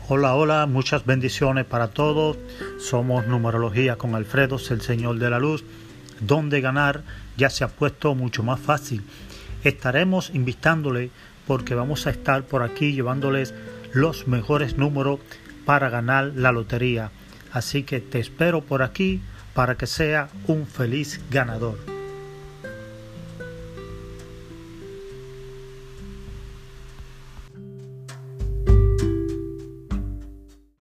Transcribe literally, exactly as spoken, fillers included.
Hola, hola, muchas bendiciones para todos. Somos Numerología con Alfredo, el Señor de la Luz, donde ganar ya se ha puesto mucho más fácil. Estaremos invitándole porque vamos a estar por aquí llevándoles los mejores números para ganar la lotería. Así que te espero por aquí para que sea un feliz ganador.